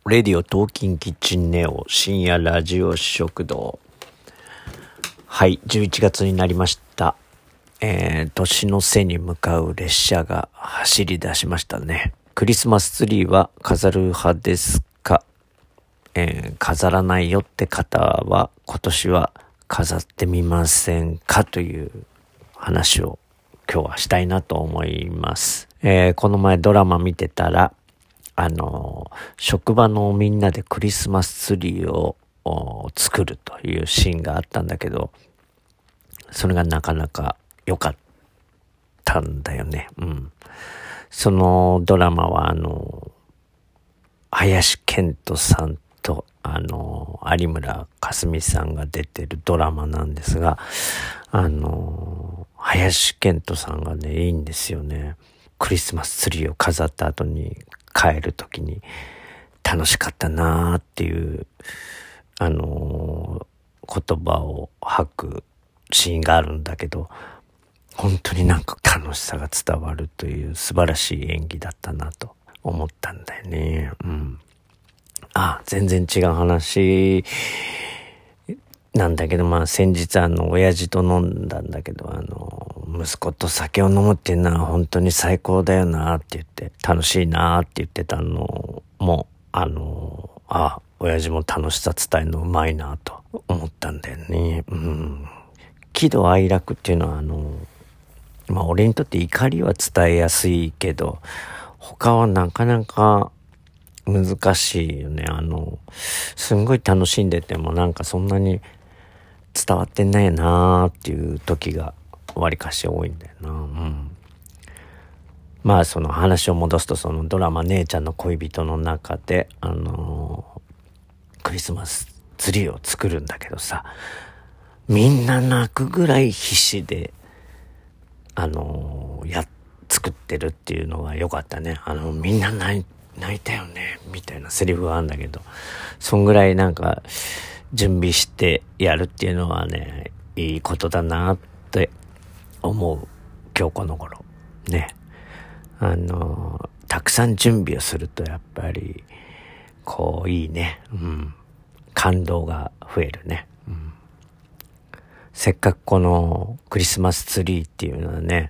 レディオトーキンキッチンネオ深夜ラジオ食堂。はい、11月になりました。年の瀬に向かう列車が走り出しましたね。クリスマスツリーは飾る派ですか？飾らないよって方は今年は飾ってみませんかという話を今日はしたいなと思います。この前ドラマ見てたら職場のみんなでクリスマスツリーを作るというシーンがあったんだけど、それがなかなか良かったんだよね。そのドラマは林遣都さんと有村架純さんが出てるドラマなんですが、林遣都さんがね、いいんですよね。クリスマスツリーを飾った後に帰るときに楽しかったなーっていう言葉を吐くシーンがあるんだけど、本当になんか楽しさが伝わるという素晴らしい演技だったなと思ったんだよね。全然違う話なんだけど、先日親父と飲んだんだけど、息子と酒を飲むっていうのは本当に最高だよなって言って、楽しいなって言ってたのも、親父も楽しさ伝えるのうまいなと思ったんだよね。喜怒哀楽っていうのは俺にとって怒りは伝えやすいけど、他はなかなか難しいよね。すんごい楽しんでてもなんかそんなに伝わってないなーっていう時がわりかし多いんだよな。その話を戻すと、そのドラマ姉ちゃんの恋人の中でクリスマスツリーを作るんだけどさ、みんな泣くぐらい必死で作ってるっていうのが良かったね。みんな泣いたよねみたいなセリフがあるんだけど、そんぐらいなんか準備してやるっていうのはね、いいことだなって思う今日この頃ね。たくさん準備をするとやっぱりいいね。感動が増えるね。せっかくこのクリスマスツリーっていうのはね、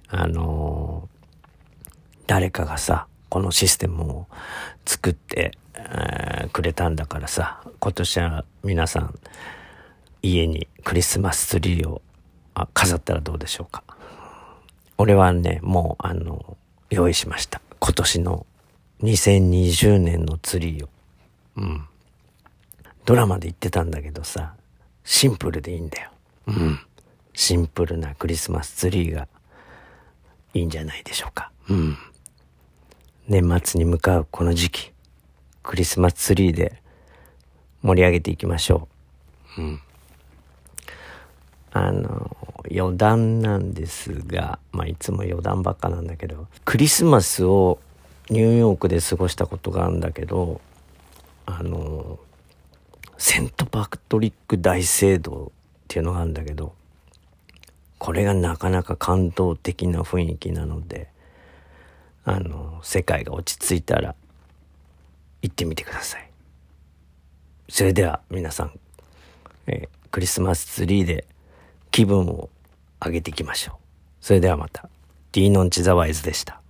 誰かがさ、このシステムを作って、くれたんだからさ、今年は皆さん家にクリスマスツリーを飾ったらどうでしょうか。俺はね、もう用意しました。今年の2020年のツリーを。ドラマで言ってたんだけどさ、シンプルでいいんだよ。シンプルなクリスマスツリーがいいんじゃないでしょうか。年末に向かうこの時期、クリスマスツリーで盛り上げていきましょう。余談なんですが、いつも余談ばっかなんだけど、クリスマスをニューヨークで過ごしたことがあるんだけど、セントパトリック大聖堂っていうのがあるんだけど、これがなかなか感動的な雰囲気なので、世界が落ち着いたら行ってみてください。それでは皆さん、クリスマスツリーで気分を上げていきましょう。それではまた。ディーノンチザワイズでした。